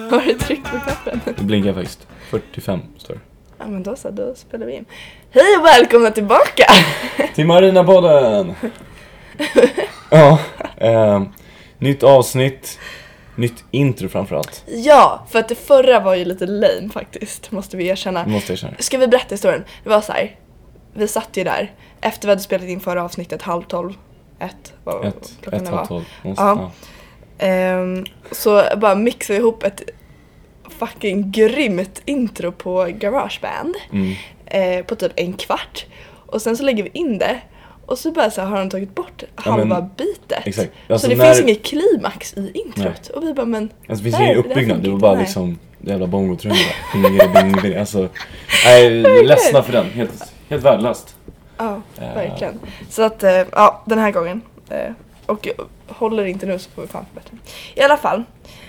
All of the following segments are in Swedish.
Har du tryckt på knappen? Det blinkar faktiskt. 45 står det. Ja, men då spelar vi in. Hej och välkomna tillbaka! Till Marina-podden! Ja, nytt avsnitt. Nytt intro framförallt. Ja, för att det förra var ju lite lame faktiskt, måste vi erkänna. Måste jag känna. Ska vi berätta historien? Det var så här. Vi satt ju där efter vi hade spelat in förra avsnittet 11:30. Klockan var. 1:30. Ja. Så bara mixade vi ihop ett fucking grymt intro på GarageBand på typ en kvart. Och sen så lägger vi in det. Och så bara så har de tagit bort halva bitet. Exakt. Alltså så det finns ingen klimax i introt. Nej. Och vi bara, men... Alltså det finns ingen uppbyggnad. Det var bara liksom det jävla bongotrumma. Bing. Alltså, nej, ledsna för den. Helt värdelöst. Ja, verkligen. Så att, ja, den här gången. Och håller inte nu så får vi fan förbättra. I alla fall.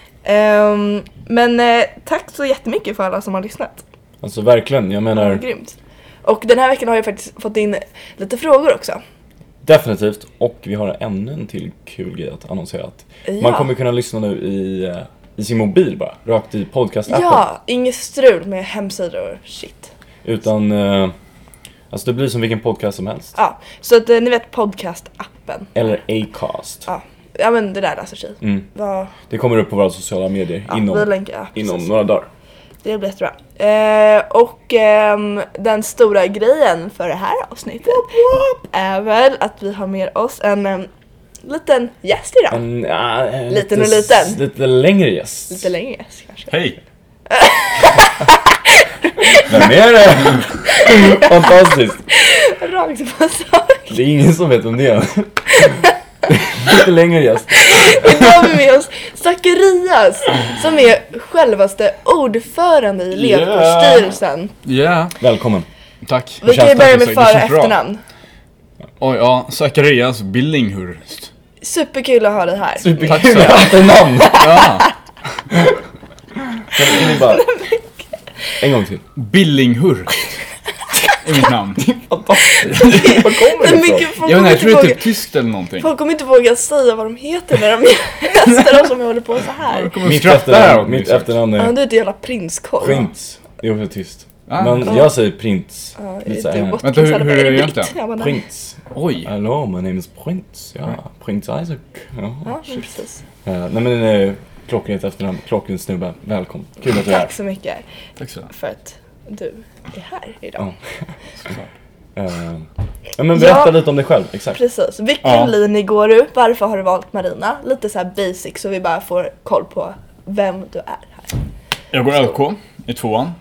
Men tack så jättemycket för alla som har lyssnat. Alltså verkligen, jag menar... Grymt. Och den här veckan har jag faktiskt fått in lite frågor också. Definitivt. Och vi har ännu en till kul grej att annonsera. Att man kommer kunna lyssna nu i sin mobil bara. Rakt i podcast-appen. Ja, inget strul med hemsidor och shit. Utan... alltså det blir som vilken podcast som helst. Ja, så att ni vet podcast-appen. Eller Acast. Ja, men det där läser sig. Det kommer upp på våra sociala medier inom några dagar. Det blir jättebra. Och den stora grejen för det här avsnittet är väl att vi har med oss en liten gäst idag. Lite längre gäst. Lite längre gäst kanske. Hej! Vem är det? Fantastiskt. Rakt på sak. Det är ingen som vet om det är. Lite längre gäst. Idag har vi med oss Zacharias som är självaste ordförande i elevkårsstyrelsen. Ja. Välkommen. Tack. Vi kan ju börja med för- och efternamn. Oj, ja. Zacharias Billinghurst. Superkul att ha dig här. Superkul att ha namn. Ja. Kan ni bara... En gång till. Billinghurst. Är mitt namn. Fantastiskt. Var kommer det ifrån? Jag tror det är typ tyst eller någonting. Folk kommer inte våga säga vad de heter när de gästar oss som håller på så här. Mitt efternamn är... Ja, du är ett jävla prinskorv. Prins. Det är också tyst. Men jag säger prins. Vänta, hur är det egentligen? Prins. Oj. Hello, my name is Prins. Ja, Prins Isaac. Ja, precis. Nej men klockrent efternamn. Klockren snubbe. Välkommen. Kul att du är här. Tack så mycket. Tack så. För att du är här idag. Ja, men berätta lite om dig själv, exakt. Precis, vilken linje går du? Varför har du valt Marina? Lite så här basic så vi bara får koll på vem du är här. Jag går LK i 2:an.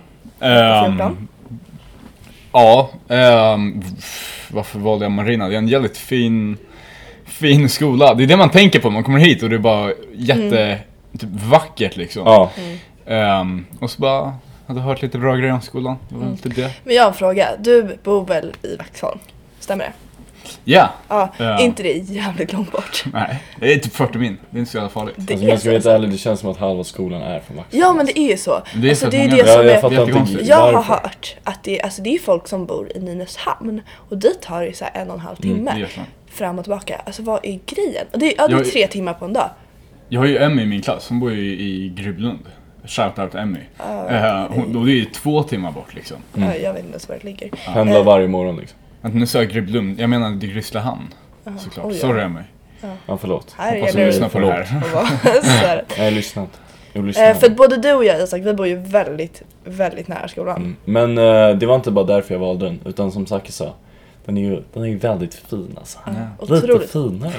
Varför valde jag Marina? Det är en jävligt fin skola. Det är det man tänker på, man kommer hit och det är bara typ vackert liksom. Och så bara hade hört lite bra grejer om skolan. Det var lite det. Men jag har en fråga. Du bor väl i Vaxholm? Stämmer det? Ja. Inte det jävligt långt bort. Nej, det är typ 40 min. Det är inte så jävla farligt. Alltså, man ska veta ärligt, det känns som att halva skolan är från Vaxholm. Ja, men det är ju så. Det är alltså, så det är det som är... Jag har hört att det är folk som bor i Nynäshamn. Och dit tar det så här 1,5 timme fram och tillbaka. Alltså vad är grejen? Och det är 3 timmar på en dag. Jag har ju Emmy i min klass. Hon bor ju i Grublund. Shoutout Emmy. Då är det ju 2 timmar bort liksom. Jag vet inte ens var det ligger. Pendlar varje morgon liksom. Nu sa jag Grublund. Jag menar det är Grisslehamn. Såklart. Sorry Emmy. Ja, förlåt. Hoppas du lyssnar på det här. Jag har lyssnat. För att både du och jag, Isak, vi bor ju väldigt, väldigt nära skolan. Men det var inte bara därför jag valde den. Utan som Saki sa, den är ju väldigt fin alltså. Lite finare.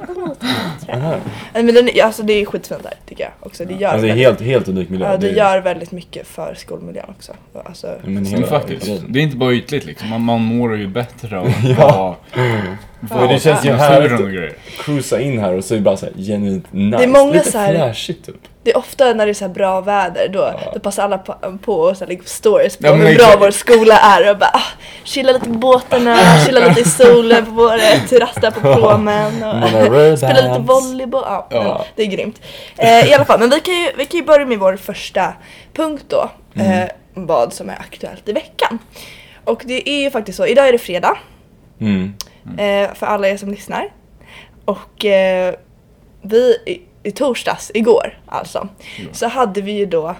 Men det är skitfint där tycker jag också. Det gör alltså det är helt unik miljö. Ja, det gör väldigt mycket för skolmiljön också. Alltså, men faktiskt, det är inte bara ytligt liksom. Man mår ju bättre och det känns ju här att cruisa in här och så är det bara så här genuint nice. Det är många lite så här, flashigt typ. Det är ofta när det är så här bra väder då passar alla på och så här, liksom stories på hur bra vår skola är och bara chilla lite på båtarna, chilla lite i solen på våra terrasser på pråmen och spela lite volleyboll. Det är grymt. I alla fall, men vi kan ju börja med vår första punkt då. Vad som är aktuellt i veckan. Och det är ju faktiskt så, idag är det fredag. För alla er som lyssnar. Och vi i torsdags, igår alltså, så hade vi ju då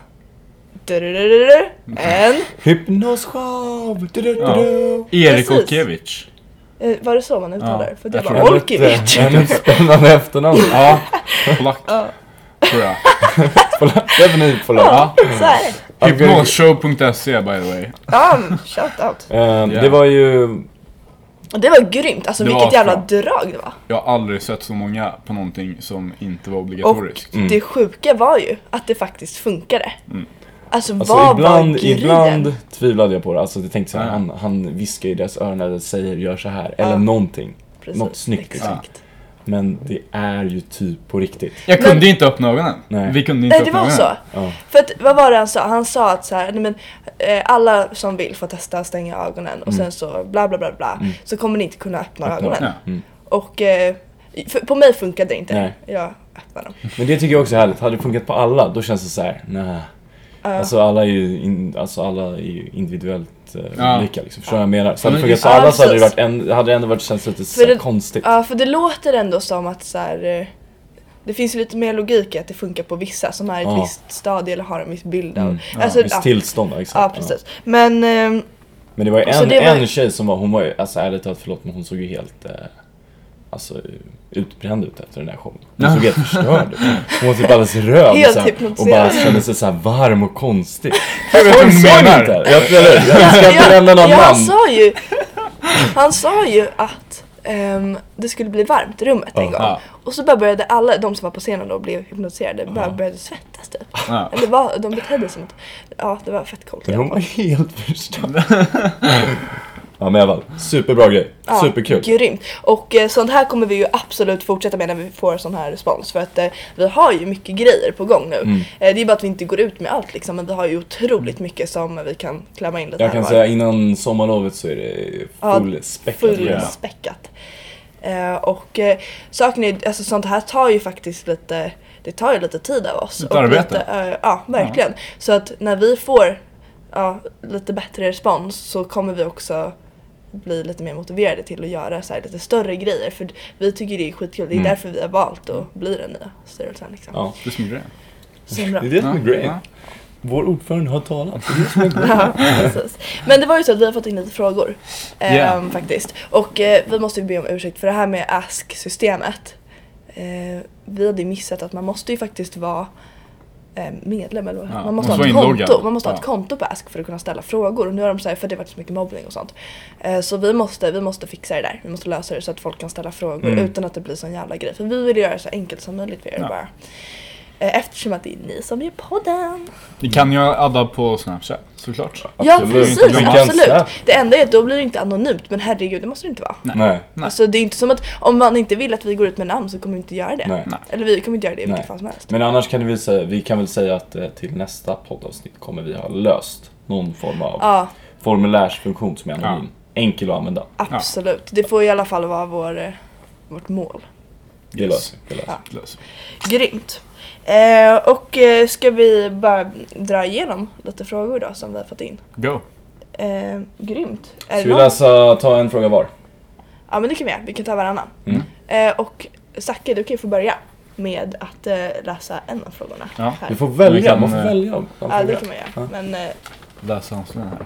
en hypnosshow. Erik Olkiewicz. Var det så man uttalade? För det var Olkiewicz. En spännande efternamn. Ja, polack. Tror jag. Definitivt polack. Ja, så är det. Hypnosshow.se by the way. Ja, shout out. Det var ju... Det var grymt, alltså vilket jävla drag det var. Jag har aldrig sett så många på någonting som inte var obligatoriskt. Och det sjuka var ju att det faktiskt funkade. Alltså vad var grejen? Ibland tvivlade jag på det. Alltså jag tänkte så här, han viskar i deras öron eller säger gör så här. Eller någonting. Precis, något snyggt. Exakt. Men det är ju typ på riktigt. Jag kunde inte öppna ögonen. Nej. Vi kunde inte öppna ögonen. Nej, det var så. För att, vad var det han sa? Han sa att så här, nej, men, alla som vill får testa att stänga ögonen. Och sen så bla bla bla bla. Så kommer ni inte kunna öppna ögonen. Och på mig funkade det inte. Nej. Jag öppnade dem. Men det tycker jag också är härligt. Hade det funkat på alla, då känns det så här, nej. Alltså alla är ju individuellt olika liksom. Förstår jag menar? Så hade det funkat på alla så hade det ändå varit känns lite så konstigt. Ja, för det låter ändå som att så här, det finns ju lite mer logik i att det funkar på vissa som är i ett visst stadie eller har en viss bild av alltså, visst tillstånd, exakt. Ja, precis. Men det var ju en tjej som var, hon var ju, alltså ärligt talat, förlåt, men hon såg ju helt alltså utbränd ut efter den här showen. Hon såg helt förstörd ut. Hon var typ alldeles röd och bara kände sig så här varm och konstig. Jag vet vad du menar. Jag ska inte nämna någon namn. Han sa ju att det skulle bli varmt i rummet en gång. Och så började alla de som var på scenen och blev hypnotiserade började svettas typ. Eller de betedde som att det var fett coolt. De var helt förstörd. Ja, men i alla fall, superbra grej, superkul. Grymt. Och sånt här kommer vi ju absolut fortsätta med när vi får sån här respons. För att vi har ju mycket grejer på gång nu. Det är bara att vi inte går ut med allt liksom. Men vi har ju otroligt mycket som vi kan klämma in lite. Jag kan säga innan sommarlovet så är det fullspäckat. Och saken är, alltså sånt här tar ju faktiskt lite, det tar ju lite tid av oss. Ett arbete. Ja, verkligen. Så att när vi får lite bättre respons så kommer vi också bli lite mer motiverade till att göra så här lite större grejer. För vi tycker det är skitkul. Det är därför vi har valt att bli den nya styrelsen liksom. Ja, det är som är grejen. Det är det som är grejen. Vår ordförande har talat. Det är det som är grejen. Precis. Men det var ju så att vi har fått in lite frågor faktiskt. Och vi måste ju be om ursäkt för det här med Ask-systemet. Vi hade missat att man måste ju faktiskt vara medlem eller man måste ha ett konto. Man måste ha ett konto på Ask för att kunna ställa frågor. Och nu har de sagt för det har varit så mycket mobbning och sånt. Så vi måste fixa det där. Vi måste lösa det så att folk kan ställa frågor utan att det blir sån jävla grej. För vi vill göra det så enkelt som möjligt för er bara. Eftersom att det är ni som gör podden. Vi kan ju adda på Snapchat, såklart. Ja, precis, absolut. Det enda är att då blir det inte anonymt. Men herregud, det måste det inte vara. Nej. Alltså det är inte som att om man inte vill att vi går ut med namn så kommer vi inte göra det. Nej. Eller vi kommer inte göra det i vilket fall som helst. Men annars kan vi kan väl säga att till nästa poddavsnitt kommer vi ha löst någon form av formulärsfunktion som är anonym. Enkel att använda. Absolut, det får i alla fall vara vårt mål. Det löser. Grymt. Och ska vi bara dra igenom lite frågor då som vi har fått in? Go. Grymt. Ska vi ta en fråga var? Ja, men det kan vi göra. Vi kan ta varannan. Och Zacke, du kan ju få börja med att läsa en av frågorna. Ja. Du får välja. Man får välja. Ja, det kan man göra. Men läsa hans här.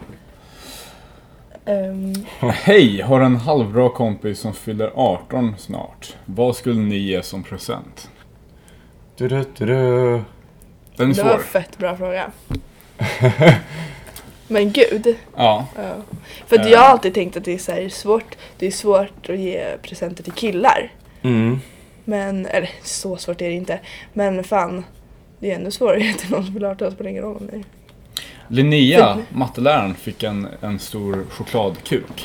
Hej, har en halvbra kompis som fyller 18 snart. Vad skulle ni ge som present? Den är det svår. var fett bra fråga. Men gud. Ja. För att jag har alltid tänkt att det är så här svårt. Det är svårt att ge presenter till killar. Men, eller så svårt är det inte. Men fan, det är ännu svårare till någon som vill 18 spelar ingen roll om det. Linnea, matteläraren, fick en stor chokladkuk.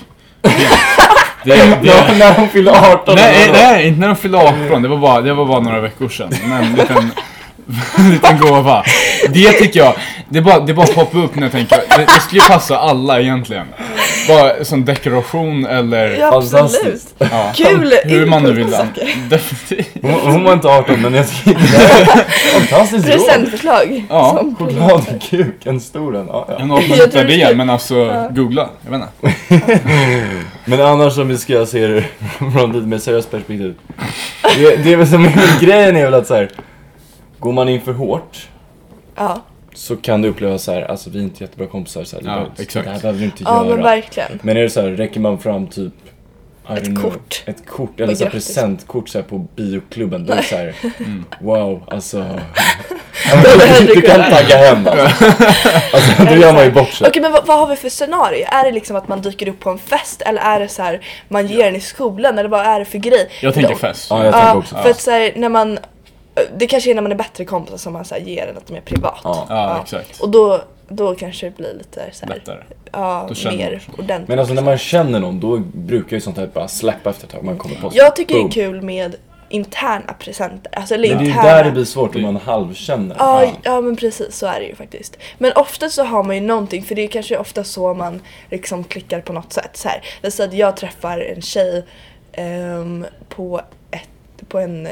När hon fyllde 18. Nej, inte när hon fyllde 18. Det var bara några veckor sedan. Men en liten gåva. Det tycker jag. Det bara poppar upp när jag tänker. Det skulle passa alla egentligen. Bara som dekoration eller... Ja, absolut. Ja. Kul. Hur man nu vill. Definitivt. Hon var inte 18, men jag tycker det är fantastiskt roligt. Presentförslag. Ja, chokladkuk. En stor en. Ja. Jag har inte det, men alltså googla. Jag vet inte. Men annars om vi ska se det från lite mer seriöst perspektiv. Det är väl som grejen är väl att så här, går man in för hårt så kan du uppleva så här, alltså vi är inte jättebra kompisar så här, exakt. Det här behöver du inte göra. Men verkligen. Men är det så här, räcker man fram typ ett kort eller så här presentkort så här på bioklubben, då är det så här, wow, alltså du kan tagga hem alltså då gör man ju bort sig. Okej, men vad har vi för scenario? Är det liksom att man dyker upp på en fest, eller är det så här man ger den i skolan, eller vad är det för grej? Jag tänker fest. Ja, jag tänker också. För att så här, när man, det kanske är när man är bättre kompisar som man så här ger den att de är privat. Ja, exakt. Och då kanske det blir lite så här, lättare. Ja, mer ordentligt. Men alltså när man känner någon, då brukar ju sånt här bara släppa efter ett tag. Man kommer på jag tycker det är kul med interna presenter. Alltså, eller men det är ju där det blir svårt om man halvkänner. Ja, men precis, så är det ju faktiskt. Men ofta så har man ju någonting, för det är kanske ofta så man liksom klickar på något sätt. Så här. Det är så att jag träffar en tjej på en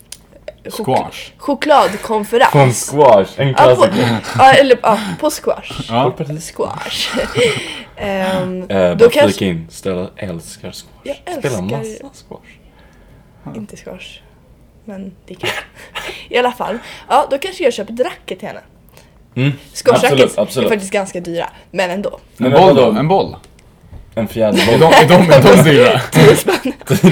chokladkonferens. På en squash, en klassiker. På squash. Squash. Då kanske in, Stella älskar squash. Jag spelar massa squash. Inte squash, men det är kul. I alla fall, då kanske jag köper ett racket till henne. Squashracket är faktiskt ganska dyra, men ändå. En boll då? En boll? En fjäderboll. Är de dyra? 10 spänn.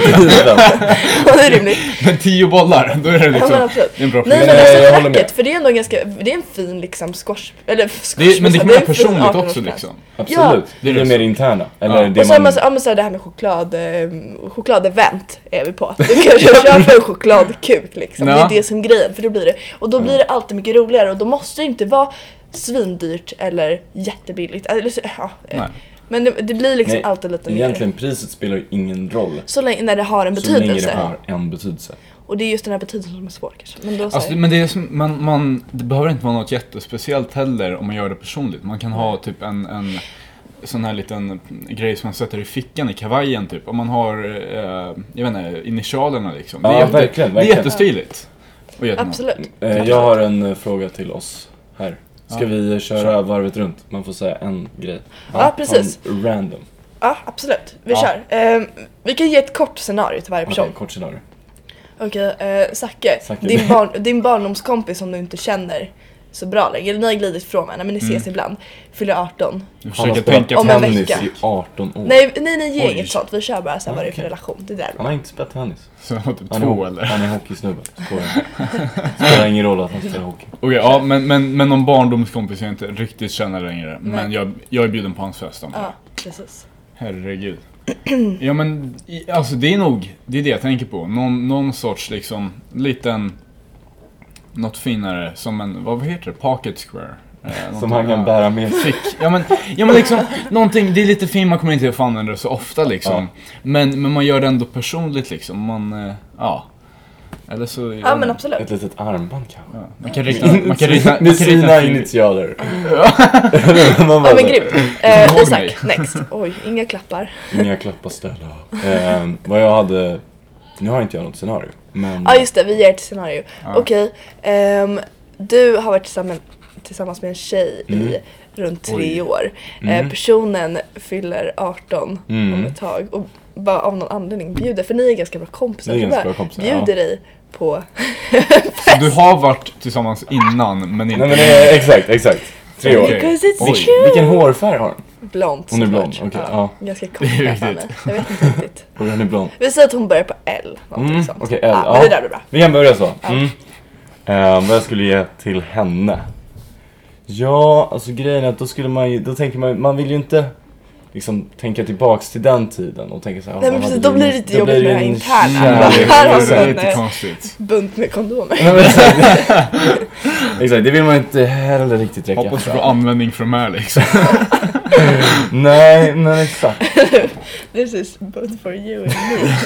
Det är rimligt. Men 10 bollar, då är det liksom en bra. Nej, men alltså racket, för det är ändå det är en fin liksom squash, eller squash. Men det kan vara personligt också liksom. Absolut. Det är mer interna. Eller det och så det här med chokladevent är vi på. Du kanske köper en chokladkuk liksom. Det är det som grejen, för då blir det. Och då blir det alltid mycket roligare, och då måste det inte vara svindyrt eller jättebilligt. Men det blir liksom alltid lite mer. Egentligen priset spelar ju ingen roll. Så länge när det har en betydelse. Så länge det har en betydelse. Och det är just den här betydelsen som är svår kanske. Men, då men det är som, det behöver inte vara något jättespeciellt heller om man gör det personligt. Man kan ha typ en sån här liten grej som man sätter i fickan i kavajen typ. Om man har, jag vet inte, initialerna liksom. Det är verkligen. Det är jättestiligt. Absolut. Jag har en fråga till oss här. Ska vi köra varvet runt? Man får säga en grej. Ja, precis. Random. Ja, absolut. Vi kör. Vi kan ge ett kort scenario till varje person. Okej, kort scenario. Okej, Zacke. Din barndomskompis som du inte känner så bra längre. Eller ni har glidit ifrån henne, men ni ses ibland. Fyller 18. Han har spelat tennis i 18 år. Nej, ge inget sånt. Vi kör bara så här, vad det är för relation. Det där. Han har inte spelat tennis. Så han typ 2 eller? Han är hockeysnubbe. Spelar ingen roll att han spelar hockey. Okej, men någon barndomskompis jag inte riktigt känner längre. Men jag är bjuden på hans fest. Ja, precis. Herregud. Ja, men alltså det är det jag tänker på. Någon sorts liksom liten, något finare som en, vad heter det? Pocket square. Som han kan bära med sig. Ja men liksom någonting, det är lite fint, man kommer inte att få använda det så ofta liksom. Men man gör det ändå personligt liksom. Man eller så men absolut. Ett litet armband kanske. Man kan rita med sina initialer. Men grymt. Isak, next. Oj, inga klappar. Inga klappar ställa. Vad jag hade, nu har inte jag något scenario. Men just det, vi ger ett scenario. Okej. Du har varit tillsammans med en tjej i runt 3 år. Personen fyller 18 om ett tag och bara av någon anledning bjuder, för ni är ganska bra kompisar. Bjuder dig på så du har varit tillsammans innan, men inte. Nej, exakt. 3 år. Okay. Vilken hårfärg har hon? Blont. Hon är blond, okej. Ganska konstigt. Jag vet inte riktigt. Och hon är blond. Vi säger att hon börjar på L. Okej, L. Men det där blir bra. Vi kan börja så. Vad jag skulle ge till henne? Ja, alltså grejen är att då tänker man vill ju inte liksom tänka tillbaks till den tiden och tänka så här. Nej, men precis, då blir det lite jobbigt med det här interna. Här har det lite konstigt. Bunt med kondomer. Exakt, det vill man inte heller riktigt räcka. Hoppas på användning från mig liksom. Nej, exakt. This is both for you and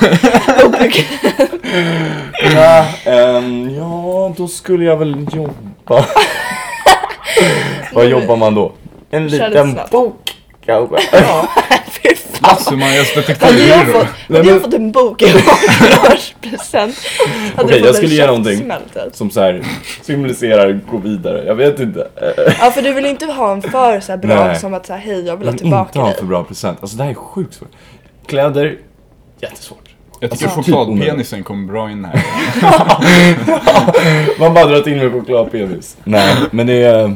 me. Ja, då skulle jag väl jobba. Vad jobbar man då? En liten bok kanske. Alltså man har spelat hade jag fått en bok i 18-årspresent. Okej, jag skulle ge någonting som så här symboliserar gå vidare. Jag vet inte. Ja, för du vill inte ha en för så här bra som att så här, hej, jag vill ha tillbaka dig. Inte ha en för bra present. Alltså det här är sjukt svårt. Kläder, jättesvårt. Jag tycker chokladpenisen kommer bra in här. Man bara drar till med chokladpenis. Nej, men det är...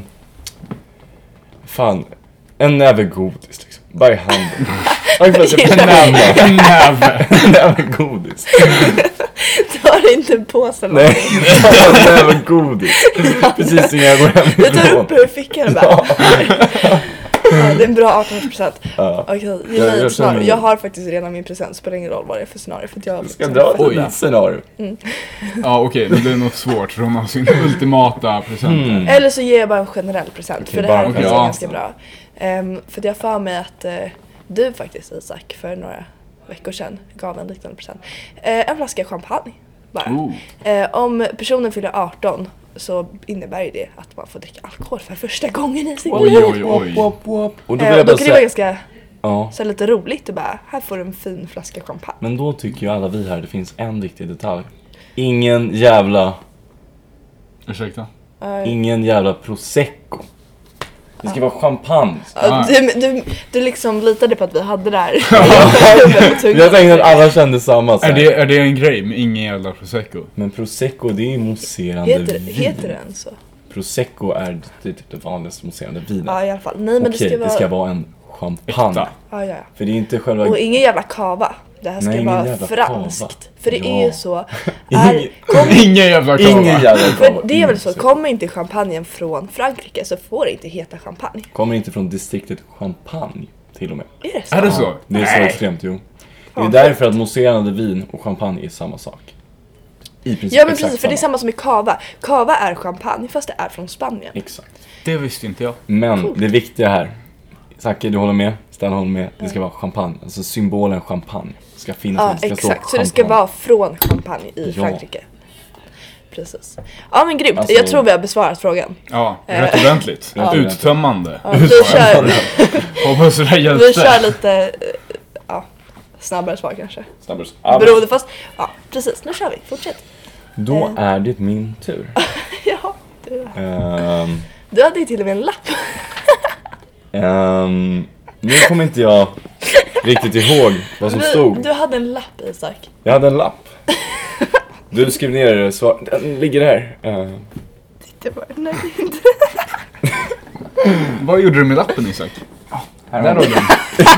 Fan, en näve godis liksom. Bara i handen. En näve godis. Tar inte på sig. Nej, en näve godis. Precis som jag går hem. Du tar upp ur fickan och bara... Ja, det är en bra 18%. Okej, jag har faktiskt redan min present. Spelar ingen roll vad det är för scenario. För att jag ska dra ett scenario. Ja, okej. Men det är något svårt. För hon har sin ultimata present. Eller så ger jag bara en generell present. För det här är ganska bra. För jag får mig att du faktiskt, Isak, för några veckor sedan gav en liknande present. En flaska champagne. Bara. Om personen fyller 18 så innebär det att man får dricka alkohol för första gången i sitt liv. Och då kan det vara ganska så lite roligt och bara, här får du en fin flaska champagne. Men då tycker ju alla vi här, det finns en viktig detalj. Ingen jävla prosecco. Det ska vara champagne. Du liksom litade på att vi hade det här. Jag tänkte att alla kände samma. Är det en grej med ingen jävla prosecco? Men prosecco, det är mousserande vin. Heter det än så? Prosecco är typ det vanligaste mousserande vinet. Ja, i alla fall. Nej, men det ska vara en champagne. Ja. För det är inte själva... Och ingen jävla kava. Det här ska vara franskt. Kava. För det är ju så... Ingen jävla kava. För det är väl så, kommer inte champagnen från Frankrike så får det inte heta champagne. Kommer inte från distriktet Champagne till och med. Är det så? Det är så extremt, jo. Det är därför att mousserande vin och champagne är samma sak. I princip. Ja, men precis, för det är samma som i cava. Cava är champagne fast det är från Spanien. Exakt. Det visste inte jag. Men det viktiga här, Zacke, du håller med? Ställ håller med. Det ska vara champagne. Alltså symbolen champagne ska finnas. Ja, exakt. Så det ska vara från champagne i Frankrike. Precis. Ja, men grymt. Alltså, jag tror vi har besvarat frågan. Ja, rätt ordentligt. Uttömmande. Vi kör lite snabbare svar kanske. Beroende fast. Ja, precis. Nu kör vi. Fortsätt. Då är det min tur. Ja. Du hade ju till och med en lapp. Nu kommer inte jag riktigt ihåg vad som stod. Du hade en lapp, Isak. Jag hade en lapp. Du skrev ner svar. Den ligger här. Titta på den. Nej, inte. Vad gjorde du med lappen, Isak? Där har du den.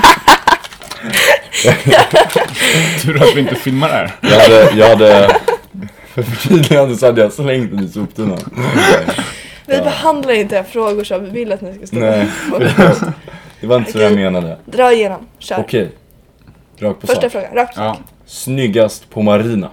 Tur att vi inte filmar här. Jag hade för förtydligande så hade jag slängt den i soptunnan. Vi behandlar inte frågor som vi vill att ni ska stå. Nej, det var inte så jag menade. Dra igenom, kör. Okej, rakt på första sak. Frågan, rakt på sak. Snyggast på Marina.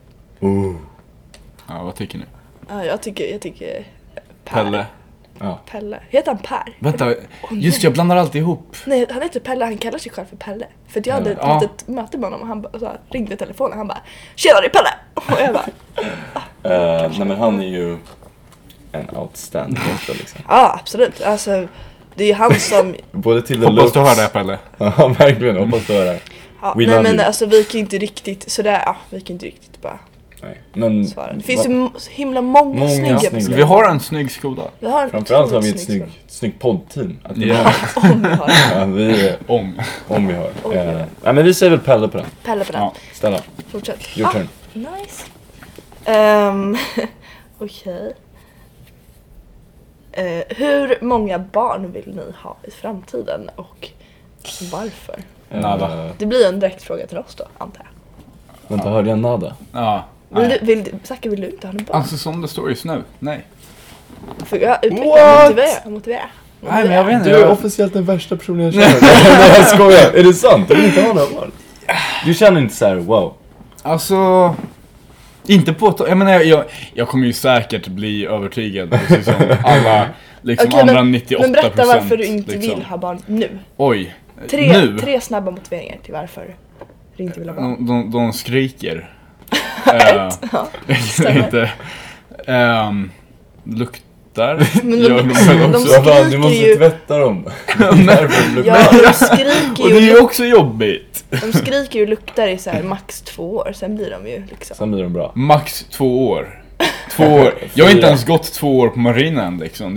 Ja, vad tycker ni? Ja, jag tycker Per. Pelle. Ja. Pelle. Heter han Per? Vänta, just jag blandar alltid ihop. Nej, han heter Pelle, han kallar sig själv för Pelle. För att jag hade ett litet möte med honom och han så ringde i telefonen. Han bara, tjena, det är Pelle! Och jag bara... nej, men han är ju en outstanding liksom. Ja, absolut. Alltså, det är ju han som... Både till hoppas du hör det, Pelle. Ja, verkligen. Hoppas du hör det. Ja, nej, men alltså vi kan inte riktigt sådär, vi kan inte riktigt bara... Nej, men svara. Det finns ju så himla många snygga. Vi har en snygg skola. Framförallt har vi ett snyggt poddteam. Om vi har. Ja, om vi har. Nej, men vi säger väl Pelle på den. Pelle på den. Ja. Stella. Fortsätt. Your turn. Nice. Okej. Hur många barn vill ni ha i framtiden och varför? Nada. Det blir en direkt fråga till oss då, antar jag. Vänta, hörde jag nada? Ja. Zacke, vill du inte ha någon barn? Alltså som det står just nu, nej. Får jag motivera? Nej, men jag vet inte. Du är officiellt den värsta personen jag känner. Nej, jag skojar. Är det sant? Jag vill inte ha någon barn. Du känner inte så här, wow. Alltså... Inte på... Jag menar, jag kommer ju säkert bli övertygad. Precis som alla liksom okay, andra 98%. Men berätta varför du inte vill ha barn nu. Oj. Tre snabba motiveringar till varför du inte vill ha barn. De skriker. Inte. Luktar. Men de skriker du måste tvätta dem. Ja, de skriker ju. Och det är ju också jobbigt. De skriker ju och luktar i så här max 2 år. Sen blir de ju liksom. Sen blir de bra. Max 2 år. 2 år. Jag har inte ens gått 2 år på marinen liksom. Det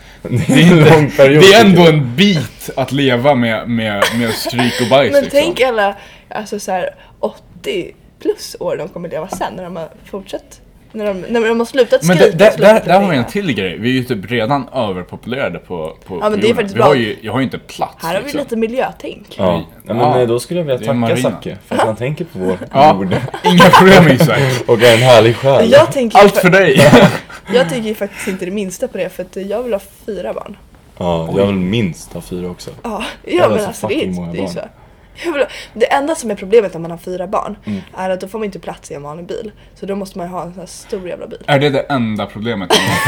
är ändå en bit att leva med stryk och bajs. Men liksom. tänk alla, alltså så här 80 plus år de kommer leva sen när de har fortsatt. När de har slutat skrika. Men där har vi en till grej. Vi är ju typ redan överpopulerade på men det är faktiskt bra. Jag har ju inte plats. Här har vi lite miljötänk. Ja. Men då skulle jag vilja tacka Zacke för att han tänker på vår ord. Inga problem Isak. Och är en härlig själ. Allt för dig. Jag tänker ju faktiskt inte det minsta på det, för att jag vill ha 4 barn. Ja, jag vill minst ha 4 också. Ja, men alltså det är så. Det enda som är problemet om man har 4 barn är att då får man inte plats i en vanlig bil. Så då måste man ha en sån här stor jävla bil. Är det enda problemet?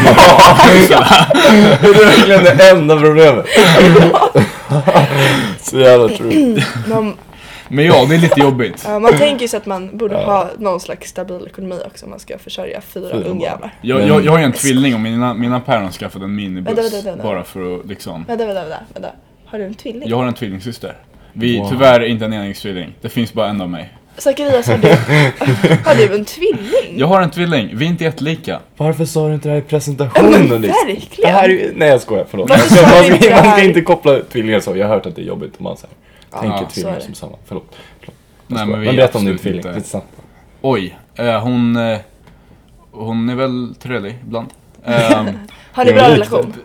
Det är verkligen det enda problemet. Så jävla true. Men ja, det är lite jobbigt. Man tänker ju så att man borde ha någon slags stabil ekonomi också om man ska försörja 4 ungjävlar. Jag har ju en tvilling och mina päron skaffade en minibuss bara för att liksom... Vänta. Har du en tvilling? Jag har en tvillingsyster. Tyvärr inte en enäggstvilling. Det finns bara en av mig. Zacharias, har du en tvilling? Jag har en tvilling. Vi är inte jättelika. Varför sa du inte det här i presentationen? Men verkligen. Nej, jag skojar, förlåt. Man ska inte koppla tvillingar så. Jag har hört att det är jobbigt om man tänker tvillingar som samma. Förlåt. Nej, men berätta om din tvilling. Oj, hon är väl trevlig ibland. Har ni bra relation?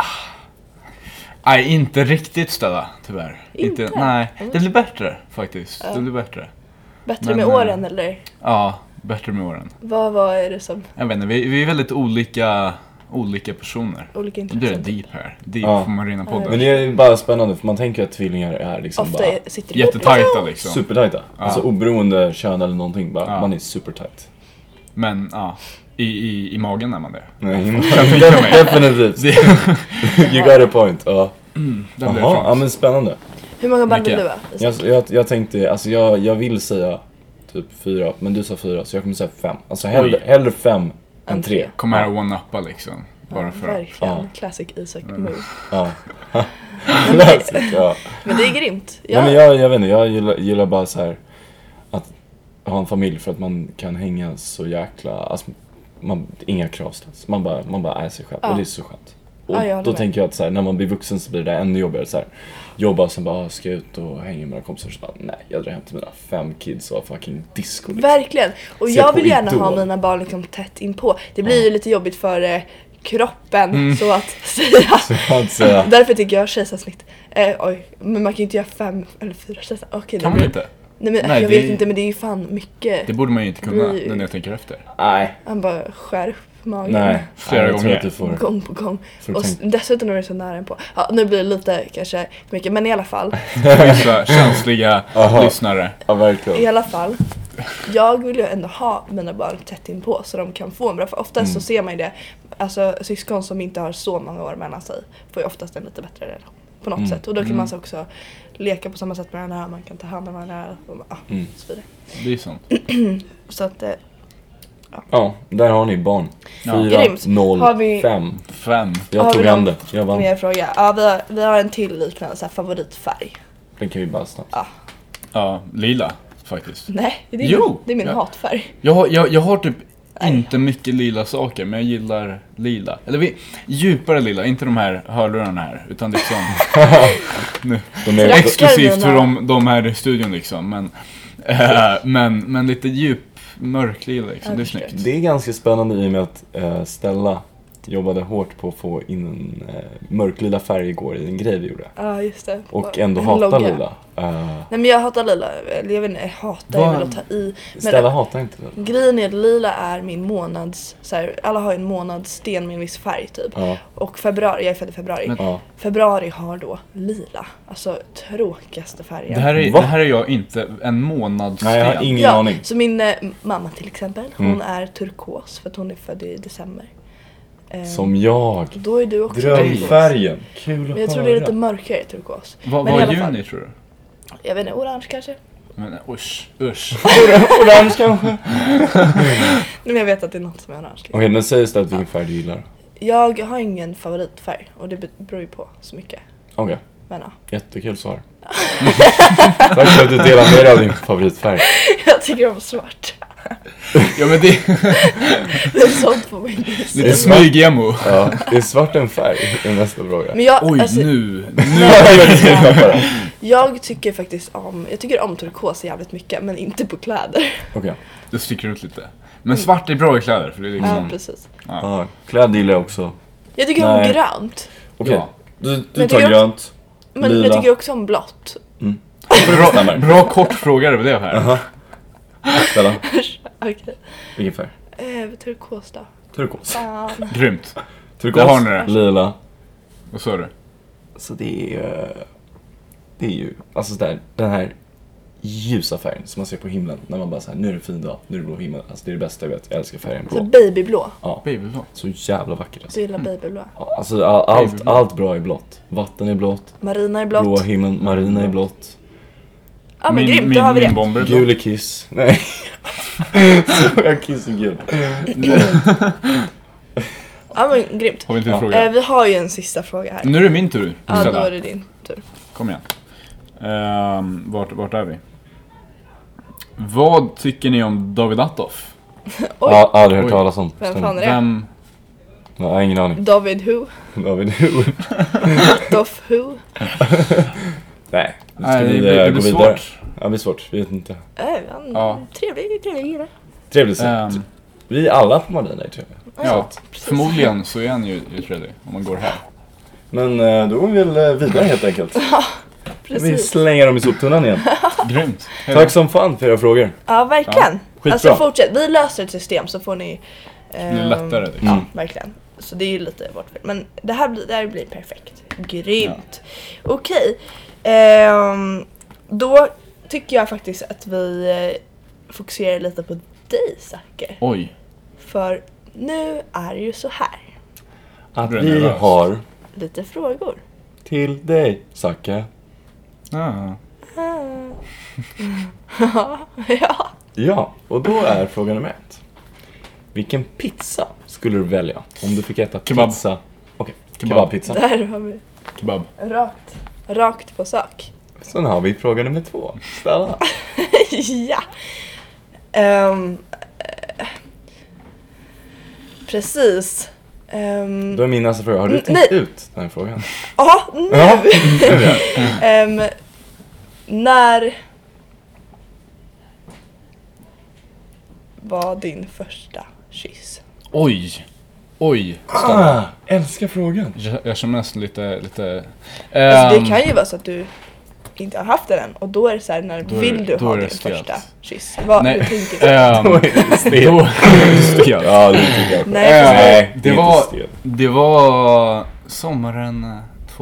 Nej, inte riktigt Stella, tyvärr. Inte? Nej, det blir bättre faktiskt. Det blir bättre. Bättre med åren eller? Ja, bättre med åren. Vad är det som? Jag vet inte, vi är väldigt olika personer. Olika intressen. Det är deep här. Deep på Marina-podden. Men det är bara spännande för man tänker att tvillingar är liksom ofta bara jättetajta liksom. Supertajta. Alltså oberoende kön eller någonting, bara man är supertajt. Men i magen är man det. Nej, definitivt. You got a point. Ja, men spännande. Hur många barn vill du ha? Jag tänkte, alltså jag vill säga typ 4, men du sa 4 så jag kommer säga 5. Alltså hellre 5 än 3. Kom här och one-uppa liksom. Bara för verkligen. Classic Isak move. Ja. Men det är grymt. Men jag vet inte, jag gillar bara så här att ha en familj för att man kan hänga så jäkla, alltså inga krav ställs. Man bara är sig själv och det är så skönt. Och då tänker jag att så här, när man blir vuxen så blir det ännu jobbigare så här. Jobba och sen bara ska ut och hänga med mina kompisar så bara, nej, jag drar hem till mina 5 kids och fucking disco liksom. Verkligen. Och jag vill gärna ha mina barn liksom tätt inpå. Det blir ju lite jobbigt för kroppen så att säga. Därför tycker jag kejsarsnitt. Men man kan ju inte göra 5 eller 4 kejsar. Okej, kan man inte? Nej, jag vet inte, men det är ju fan mycket. Det borde man ju inte kunna när jag tänker efter. Nej. Han bara skär upp magen. Nej, flera gånger. Gång på gång. Och dessutom är det så nära på. Ja, nu blir det lite kanske mycket, men i alla fall. Vissa känsliga lyssnare. Ja, verkligen. I alla fall. Jag vill ju ändå ha mina barn tätt in på så de kan få en bra. För oftast så ser man ju det. Alltså syskon som inte har så många år mellan sig får ju oftast en lite bättre relation. På något sätt. Och då kan man också leka på samma sätt med varandra. Man kan ta hand om varandra och så vidare. Det är sånt. Så att ja, där har ni barn. 4, 0, 5. Jag tog hem det. Jag vann. Mer fråga. Ja, vi har en till liknande så här, favoritfärg. Den kan vi bara snabbt. Ja, lila faktiskt. Nej, det är min hatfärg. Jag har typ inte mycket lila saker, men jag gillar lila. Eller djupare lila, inte de här hörlurarna här, utan liksom exklusivt för de här i studion liksom. Men lite djup mörklila liksom, det är snyggt. Det är ganska spännande i och med att Stella jobbade hårt på att få in en mörklila färg igår i en grej vi gjorde. Ja, just det. Och ändå hatar lila. Nej, men jag hatar lila. Jag vet inte, jag vill ta i. Men Stella hatar inte det. Grejen är att lila är min månads, så här, alla har en månadssten med en viss färg typ. Ja. Och februari, jag är född i februari. Februari har då lila. Alltså tråkigaste färgen. Det här är jag inte en månadssten. Nej, jag har ingen aning. Så min mamma till exempel, hon är turkos för att hon är född i december. Som jag. Då är du också drömfärgen. Kul att höra. Men jag tror det är lite mörkare turkos. Vad är juni tror du? Jag vet inte, orange kanske. Men usch. Orange kanske. Men jag vet att det är något som är orange. Liksom. Okej, men säg istället vilken färg du gillar. Jag har ingen favoritfärg och det beror ju på så mycket. Okej. Men ja. Jättekul svar. Tack för att du delar med dig av din favoritfärg. Jag tycker om svart. Ja, men det är sånt på min lista. Lite smyg-emo. Ja, det är svart en färg i nästa fråga. Men Oj, alltså, nu. Jag tycker faktiskt jag tycker om turkos jävligt mycket, men inte på kläder. Okej. Du sticker ut lite. Men svart är bra i kläder, för det är liksom... Ja, precis. Ja, kläder gillar jag också. Jag tycker om grönt. Okej, Ja. du tar grönt. Men lila. jag tycker också om blått. Bra kort fråga det var det här. Aha. Ställa. Okej. Vilken färg? Turkos då. Turkos. Grymt. Turkos, Där har ni det. lila. Vad sa du? Så det är ju, alltså där, den här ljusa färgen som man ser på himlen när man bara såhär, nu är det fin dag, nu är det blå himmel. Alltså det är det bästa jag vet, jag älskar färgen blå. Så babyblå. Ja, Babyblå. så jävla vackert alltså. Du gillar babyblå. Ja, alltså allt bra är blått. Vatten är blått. Marina är blått. Blå himlen, marina är blått. Ja, men grymt, då har vi det. Bomber är Gul är Kiss. Nej. Så jag Kiss är gul. Ja, men grymt. Har vi inte en fråga? Vi har ju en sista fråga här. Nu är det min tur. Ja, då är det din tur. Kom igen. Vart är vi? Vad tycker ni om David Attoff? Ja, aldrig hört talas om. Vem fan är det? Jag har ingen aning. David Who? David Who? Doff Who? Nej, Nej, vi det gå blir vidare? svårt. Ja, det blir svårt. Vi vet inte. Trevlig kille. Trevligt sätt. Vi är alla på Marina är trevliga. Ja, förmodligen så är han ju trevlig om man går här. Men då går vi väl vidare helt enkelt. Vi Precis. slänger dem i soptunnan igen. Grymt. Tack som fan för era frågor. Ja, verkligen. Skitbra. Alltså fortsätt. Vi löser ett system så får ni... Det är lättare. Liksom. Ja, verkligen. Så det är ju lite vårt fel. Men det här blir perfekt. Grymt. Okej. Då tycker jag faktiskt att vi fokuserar lite på dig, Zacke. Oj. För nu är det ju så här. Att vi har lite frågor. Till dig, Zacke. Ja. Ja. Ja, och då är fråga nummer 1. Vilken pizza skulle du välja om du fick äta Kebab. pizza? Okej, kebabpizza. Där har vi Kebab. rakt på sak. Sen har vi fråga nummer 2. Ställa. Ja. Precis. Då är min nästa fråga. Har du tänkt ut den här frågan? Ja, nu. Ja. När var din första kyss? Oj. Älskar frågan. Jag känner nästan lite Alltså det kan ju vara så att du inte har haft den än. Och då är det så här, när vill du ha din första kyss? Hur tänker du? Då är det stelt. Ja, det tycker jag. Nej, det var sommaren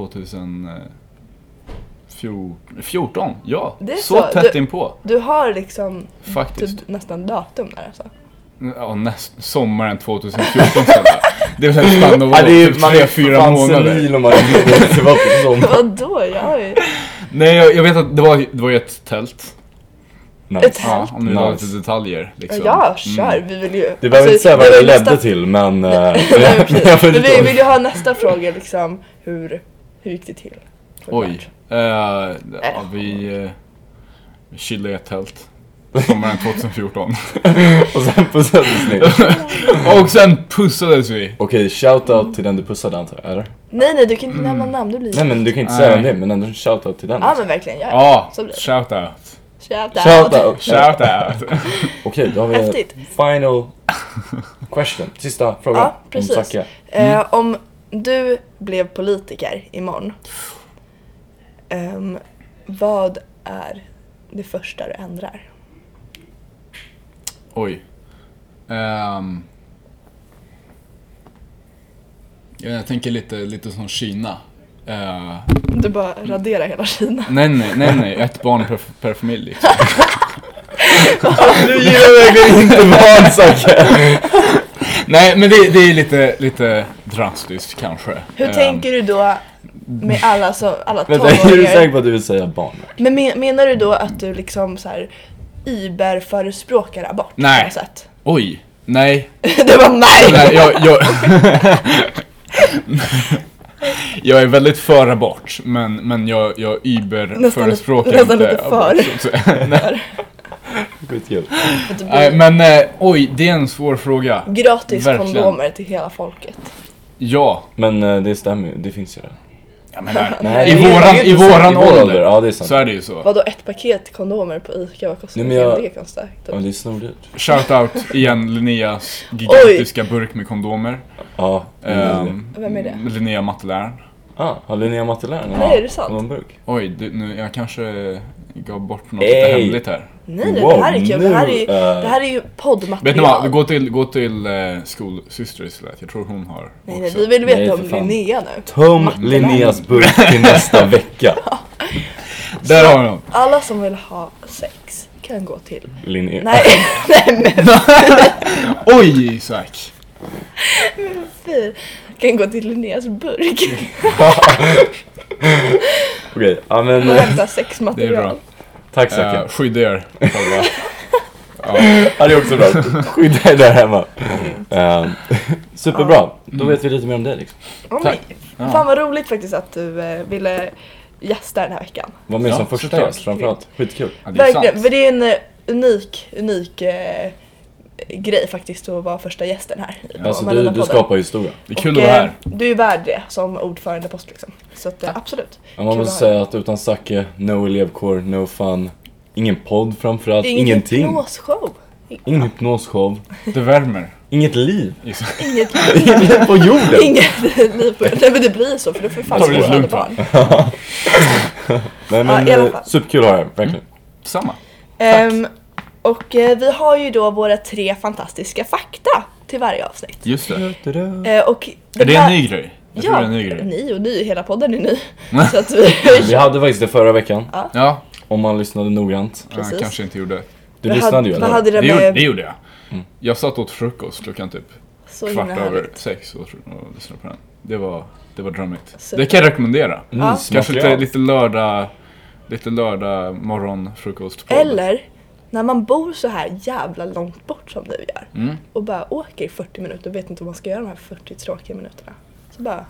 2014. Ja, det är så tätt inpå. Du har liksom faktiskt typ nästan datum där alltså. Ja, sommaren 2014 sen. Det är väl spännande att vara typ 3-4 månader. Vadå? Nej, jag vet att det var ju ett tält. Nice. Ett tält? Ja, om ni har lite detaljer liksom. Ja, kör. Vi vill ju... Det behöver inte säga vad det ledde till, men... Men vi vill ju ha nästa fråga liksom. Hur gick det till? Oj. Vi chillade i ett tält. Sommaren 2014. Och sen pussades ni. Och sen pussades vi. Okej, shoutout till den du pussade antar jag, eller? Nej, du kan inte nämna namn, det blir... Nej, men du kan inte säga det, men ändå shoutout till den. Ja, men verkligen, ja. Shoutout. Shoutout. Okej, då har vi Häftigt. Final question. Sista frågan. Ja, precis. Om du blev politiker imorgon, vad är det första du ändrar? Oj. Jag tänker lite som Kina. Du bara raderar hela Kina. Nej. Ett barn per familj liksom. Du gillar verkligen inte barn, Zacke. Nej, men det är lite drastiskt kanske. Hur tänker du då med alla Vänta, är du säker på att du vill säga barn? Men menar du då att du liksom så här förespråkar abort? Nej. På något sätt? Oj, nej. Det var nej! Jag är väldigt för abort, men jag förespråkar nästan lite för. Skitkul. Men oj, det är en svår fråga. Gratis kondomer till hela folket. Ja. Men det stämmer, det finns ju det. Ja, men i våran ålder, ja, det är sant. Så är det ju så. Vadå, ett paket kondomer på ICA, vad kostar det? Det kan starkt. Ja, det är snordyrt. Shoutout igen, Linneas gigantiska burk med kondomer. Ja. Vem är det? Linnea matteläraren. Har Linnea matteläraren? Nej, är det sant? Burk? Oj, nu, jag kanske gav bort något lite hemligt här. Nej, det här är kul. Det här är ju poddmaterial. Vet ni vad? Gå till skolsyster istället. Jag tror hon har Nej, vi vill veta om Linnea nu. Tom Linneas burk till nästa vecka. Där har vi någon. Alla som vill ha sex kan gå till Linnea. Nej, men oj, Isak. kan gå till Linneas burk. Okej, ja men hämta sexmaterial. Det är bra. Tack Zacke. Skydda er. Ja, det är också bra. Skydda er där hemma. Superbra. Då vet vi lite mer om det liksom. Tack. Fan vad roligt faktiskt att du ville gästa den här veckan. Var med som första gäst framförallt. Skitkul. Ja, verkligen, för det är en unik grej faktiskt att vara första gästen här. Alltså du skapar historia. Det är kul att vara här. Du är värd det som ordförandepost liksom. Så att, absolut. Ja, man måste säga att utan Zacke, no elevkår, no fun. Ingen podd framförallt, ingenting. Ingen hypnosshow. Det värmer. Inget liv. Inget liv på jorden. Inget liv på jorden. Nej, men det blir så, för det får fan skåla barn. Nej, men superkul att ha det, verkligen. Samma. Och vi har ju då våra 3 fantastiska fakta till varje avsnitt. Just det. Och är det en ny grej? Jag tror ja, det är en ny grej. Ny, hela podden är ny. Så att vi hade faktiskt det förra veckan. Ja. Om man lyssnade noggrant. Precis. Kanske inte gjorde. Du lyssnade ju, eller? Det gjorde jag. Jag satt åt frukost klockan typ så 6:15 och lyssnade på den. Det var drömmigt. Det kan jag rekommendera. Kanske lite lördag morgon frukost. Eller när man bor så här jävla långt bort som du gör och bara åker i 40 minuter och vet inte vad man ska göra de här 40 tråkiga minuterna. Så bara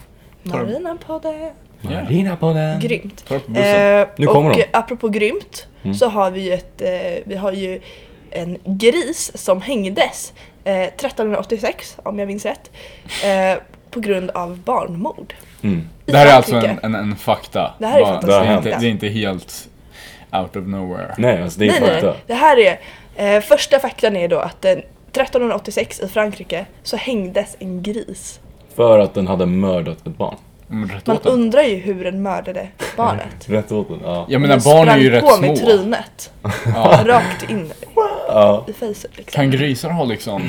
Marinapodden. Grymt. Nu kommer och apropå grymt så har vi har ju en gris som hängdes 1386 om jag minns rätt på grund av barnmord. Det här är alltså en fakta. Det här är fakta. Det är inte helt out of nowhere. Nej, alltså det är fakta. Nej. Det här är första faktan är då att 1386 i Frankrike så hängdes en gris. För att den hade mördat ett barn. Man undrar ju hur den mördade barnet. Rätt åt den, ja. Jag menar, barn är ju rätt små. Med trynet. Rakt in i facet liksom. Kan grisar ha liksom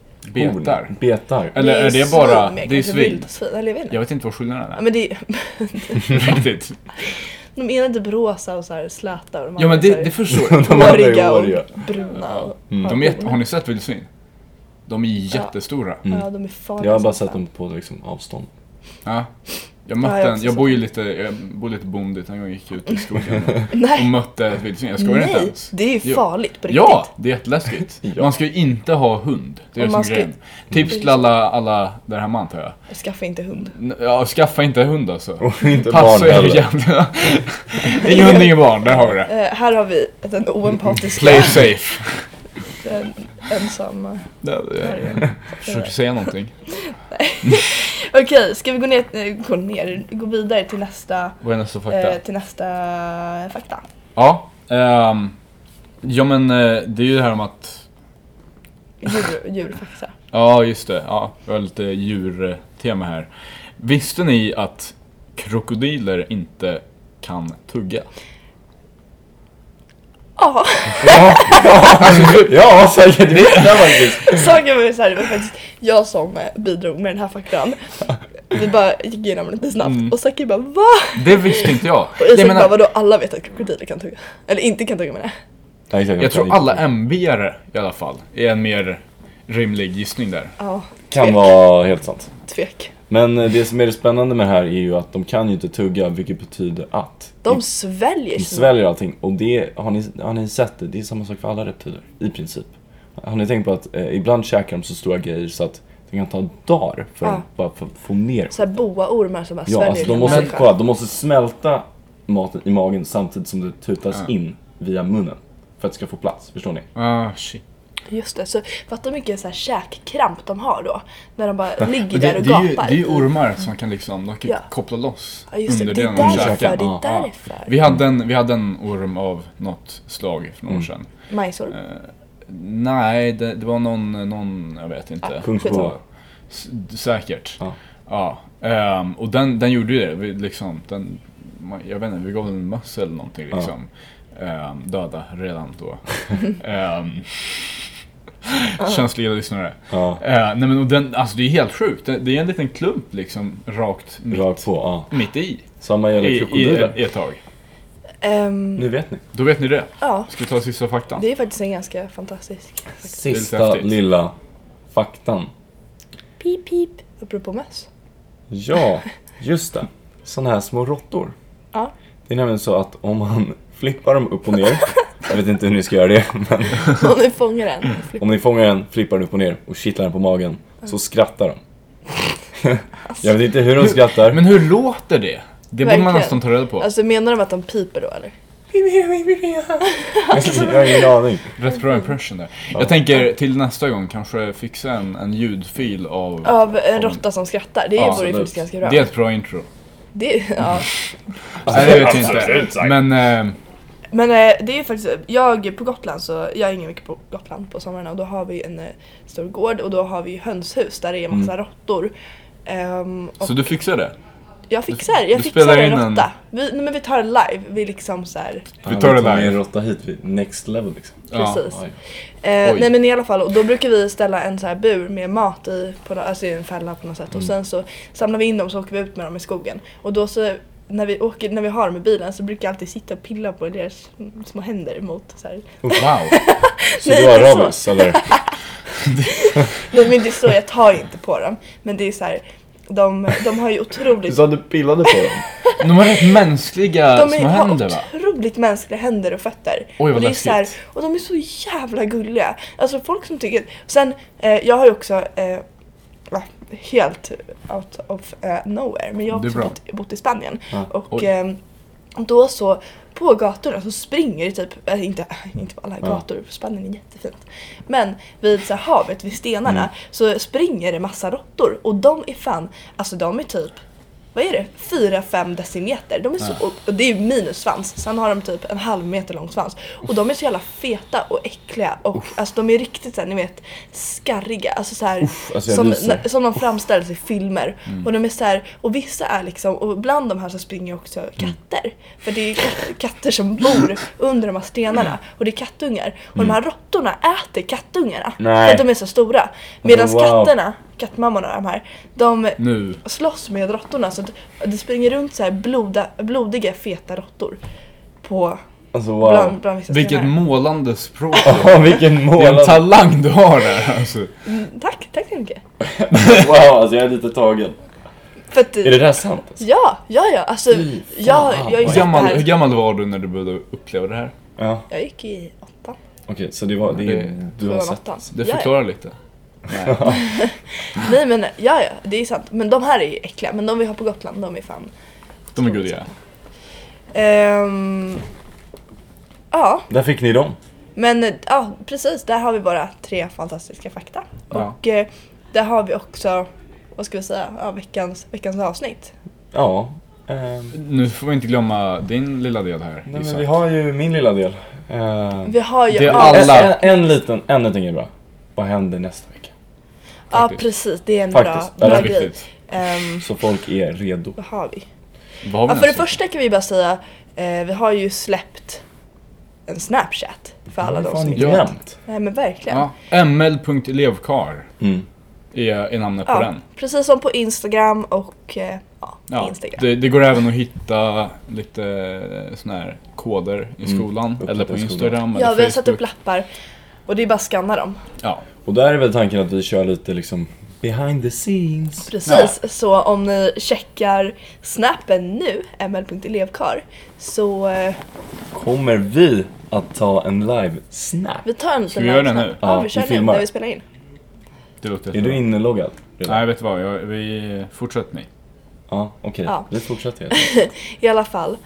betar? Eller är det bara det är svin? Jag vet inte vad skillnaden är. Ja, men det är riktigt. De är inte rosa och så här släta och ja, men det förstår jag. De är och bruna och har ni sett vildsvin? De är jättestora. Ja, de är farliga. Jag har bara sett dem på liksom avstånd. Ja. Jag bor lite bondigt en gång jag gick ut i skogen och mötte ett vildsvin. Jag skojar inte ens. Det är ju farligt på riktigt. Ja, det är jätteläskigt. Man ska ju inte ha hund. Det är det som grejen. Tips till alla där hemma, antar jag. Skaffa inte hund. Ja, skaffa inte hund alltså. Och inte passa barn heller. Ingen hund, ingen barn. Där har vi det. Här har vi en oempatisk play safe. Ensamma. Försöker säga någonting. Okej, ska vi gå vidare till nästa fakta? Till nästa fakta. Ja. Ja, men det är ju det här om att djurfakta. Ja, just det. Ja, vi har lite djurtema här. Visste ni att krokodiler inte kan tugga? Ja. Ja, säkert. Saken var ju så här, det var faktiskt jag som bidrog med den här faktan. Vi bara gick igenom lite snabbt och Zacke bara, va? Det visste inte jag. Och bara, vadå, alla vet att krokodiler kan tugga? Eller inte kan tugga med det. Jag tror alla MB-are i alla fall är en mer rimlig gissning där. Ja, kan vara helt sant. Tvek. Men det som är det spännande med det här är ju att de kan ju inte tugga, vilket betyder att de sväljer allting. Och det har ni sett det? Det är samma sak för alla reptiler i princip. Har ni tänkt på att ibland käkar de så stora grejer så att det kan ta dagar för att bara få ner. Så här boaormar som bara sväljer. Alltså de måste smälta maten i magen samtidigt som det tutas in via munnen. för att det ska få plats, förstår ni? Shit. Just det, så fattar mycket så här käkkramp de har då. När de bara ligger där och gapar. Det är ju ormar som kan liksom, de kan koppla loss under det. Det är därför. Vi hade en orm av något slag för några år sedan. Majsorm? Nej, det var någon, jag vet inte. Kungsbo. Säkert. Ja. Och den gjorde ju det, liksom, jag vet inte, vi gav den en möss eller någonting liksom. Döda redan då. Känsliga lyssnare. Nej men och den, alltså det är helt sjukt. Det är en liten klump liksom rakt på, mitt i. Samma gäller krokodiler. I ett tag. Nu vet ni. Då vet ni det. Ja. Ska vi ta sista faktan? Det är faktiskt en ganska fantastisk. Sista lilla faktan. Pip pip. Apropå möss. Ja, just det. Såna här små råttor. Ja. Det är nämligen så att om man flippar dem upp och ner. Jag vet inte hur ni ska göra det. Men om ni fångar den. Om ni fångar den, flippar den upp och ner och kittlar den på magen. Så skrattar de. Jag vet inte hur de skrattar. Men hur låter det? Det borde man nästan ta reda på. Alltså menar de att de piper då eller? Jag har ingen aning. Rätt bra impression där. Jag tänker till nästa gång kanske fixa en ljudfil av en råtta som skrattar. Det vore ju faktiskt ganska bra. Det är ett bra intro. Nej, det vet jag inte. Men det är ju faktiskt, jag på Gotland så jag hänger mycket på Gotland på sommarna och då har vi en stor gård och då har vi hönshus där det är massa råttor. Så du fixar det? Jag fixar en råtta. Men vi tar det live. Vi liksom så här. Vi tar det live. En råtta hit vid next level liksom. Precis. Nej men i alla fall och då brukar vi ställa en så här bur med mat i alltså i en fälla på något sätt och sen så samlar vi in dem så åker vi ut med dem i skogen. Och då så när vi har dem i bilen så brukar jag alltid sitta och pilla på deras små händer mot så här. Wow. Så du har rabies eller? Nej men det är så, jag tar inte på dem. Men det är så här, de har ju otroligt... Så du pillade på dem? De har rätt mänskliga små händer va? De har otroligt mänskliga händer och fötter. Oj, och det är så här, och de är så jävla gulliga. Alltså folk som tycker... Sen, jag har ju också... helt out of nowhere. Men jag har också bott i Spanien. Och då så på gatorna så springer det typ, inte på alla gator, Spanien är jättefint. Men vid så havet, vid stenarna så springer det massa råttor. Och de är fan, alltså de är typ, vad är det? 4-5 decimeter. De är så, och det är ju minussvans. Sen har de typ en halv meter lång svans. Och de är så jävla feta och äckliga. Och alltså de är riktigt så här, ni vet, skarriga. Alltså så här, som de framställs i filmer. Och de är så här, och vissa är liksom, och bland de här så springer också katter. För det är katter som bor under de här stenarna. Och det är kattungar. Och de här råttorna äter kattungarna. För att de är så stora. Medan katterna, kattmammorna de här, de slåss med råttorna så det springer runt så här blodiga feta råttor på bland vissa vilket målande språk. Vilken målande. Det är en talang du har där alltså. Tack så mycket. Wow, alltså jag är lite tagen. För att, är det där sant? Alltså? Ja, alltså hur gammal var du när du började uppleva det här? Ja. Jag gick i 8. Okej, så du har sett. Det förklarar lite. Nej men det är sant. Men de här är ju äckliga. Men de vi har på Gotland, de är fan. De är gulliga. Ja. Där fick ni dem. Men ja, precis. Där har vi bara 3 fantastiska fakta. Och där har vi också, vad ska vi säga, veckans avsnitt. Ja. Nu får vi inte glömma din lilla del här. Nej, men vi har ju min lilla del. Vi har ju en liten är bra. Vad händer nästa vecka? Ja, precis. Det är en bra grej. Så folk är redo. Vad har vi? För det första kan vi bara säga, vi har ju släppt en Snapchat för alla de som inte vet. Nej, men verkligen. Ja, ml.elevkar är namnet på den. Precis som på Instagram och Instagram. Det går även att hitta lite såna här koder i skolan eller på Instagram eller Facebook. Vi har satt upp lappar och det är bara att scanna dem. Ja. Och där är väl tanken att vi kör lite liksom behind the scenes. Precis, så om ni checkar snappen nu, ml.elevkar, så kommer vi att ta en live snap. Vi tar en liten live snap. Nu? Ja, vi kör nu när vi spelar in. Det låter är du inloggad? Nej, vet du vad? Vi fortsätter ni. Ja, okej. Ja. Vi fortsätter. I alla fall.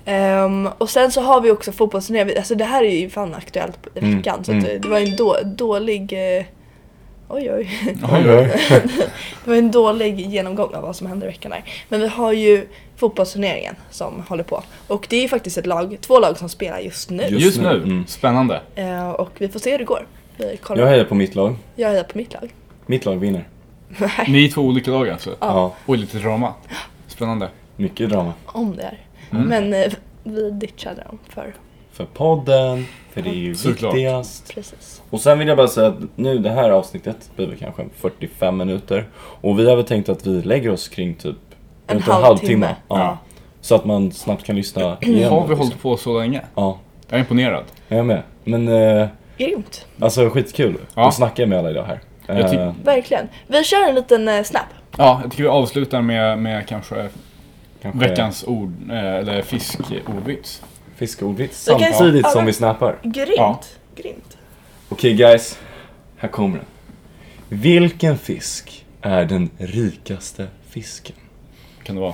Och sen så har vi också fotbollsturnering. Alltså det här är ju fan aktuellt i veckan. Så det var en dålig... Oj. Det var en dålig genomgång av vad som händer i veckan där. Men vi har ju fotbollsturneringen som håller på. Och det är ju faktiskt två lag som spelar just nu. Just nu. Spännande. Och vi får se hur det går. Jag hejar på mitt lag. Jag hejar på mitt lag. Mitt lag vinner. Ni är 2 olika lag alltså? Ja. Och lite drama. Spännande. Mycket drama. Om det är. Men vi ditchar dem för podden. För det är ju viktigast. Precis. Och sen vill jag bara säga att nu det här avsnittet blir väl kanske 45 minuter. Och vi har väl tänkt att vi lägger oss kring typ en halvtimme. Ja. Så att man snabbt kan lyssna igen. Har vi hållit på så länge? Ja. Jag är imponerad. Jag är med. Men grymt. Alltså skitkul att snacka med alla idag här. Verkligen. Vi kör en liten snap. Ja, jag tycker vi avslutar med kanske veckans ord eller fiskordvits. Fiskordvits samtidigt som vi snappar. Grymt. Okej guys, här kommer den. Vilken fisk är den rikaste fisken? Kan det vara?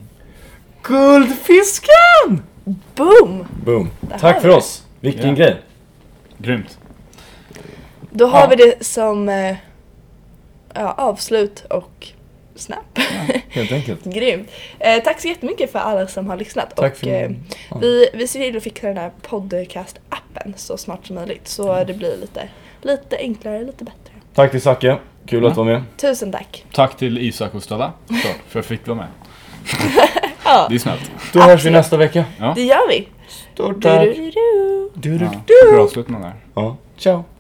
Guldfisken! Boom. Tack för oss. Vilken grej. Grymt. Då har vi det som avslut och snap. Helt enkelt. Grymt. Tack så jättemycket för alla som har lyssnat. Tack vi ser till att fixa den här podcast-appen så snart som möjligt. Så det blir lite enklare, lite bättre. Tack till Zacke. Kul att vara med. Tusen tack. Tack till Isak och Stella för att jag fick vara med. Det är snällt. Då hörs vi nästa vecka. Ja. Det gör vi. Stort tack. Bra avslutning där. Ja. Ciao.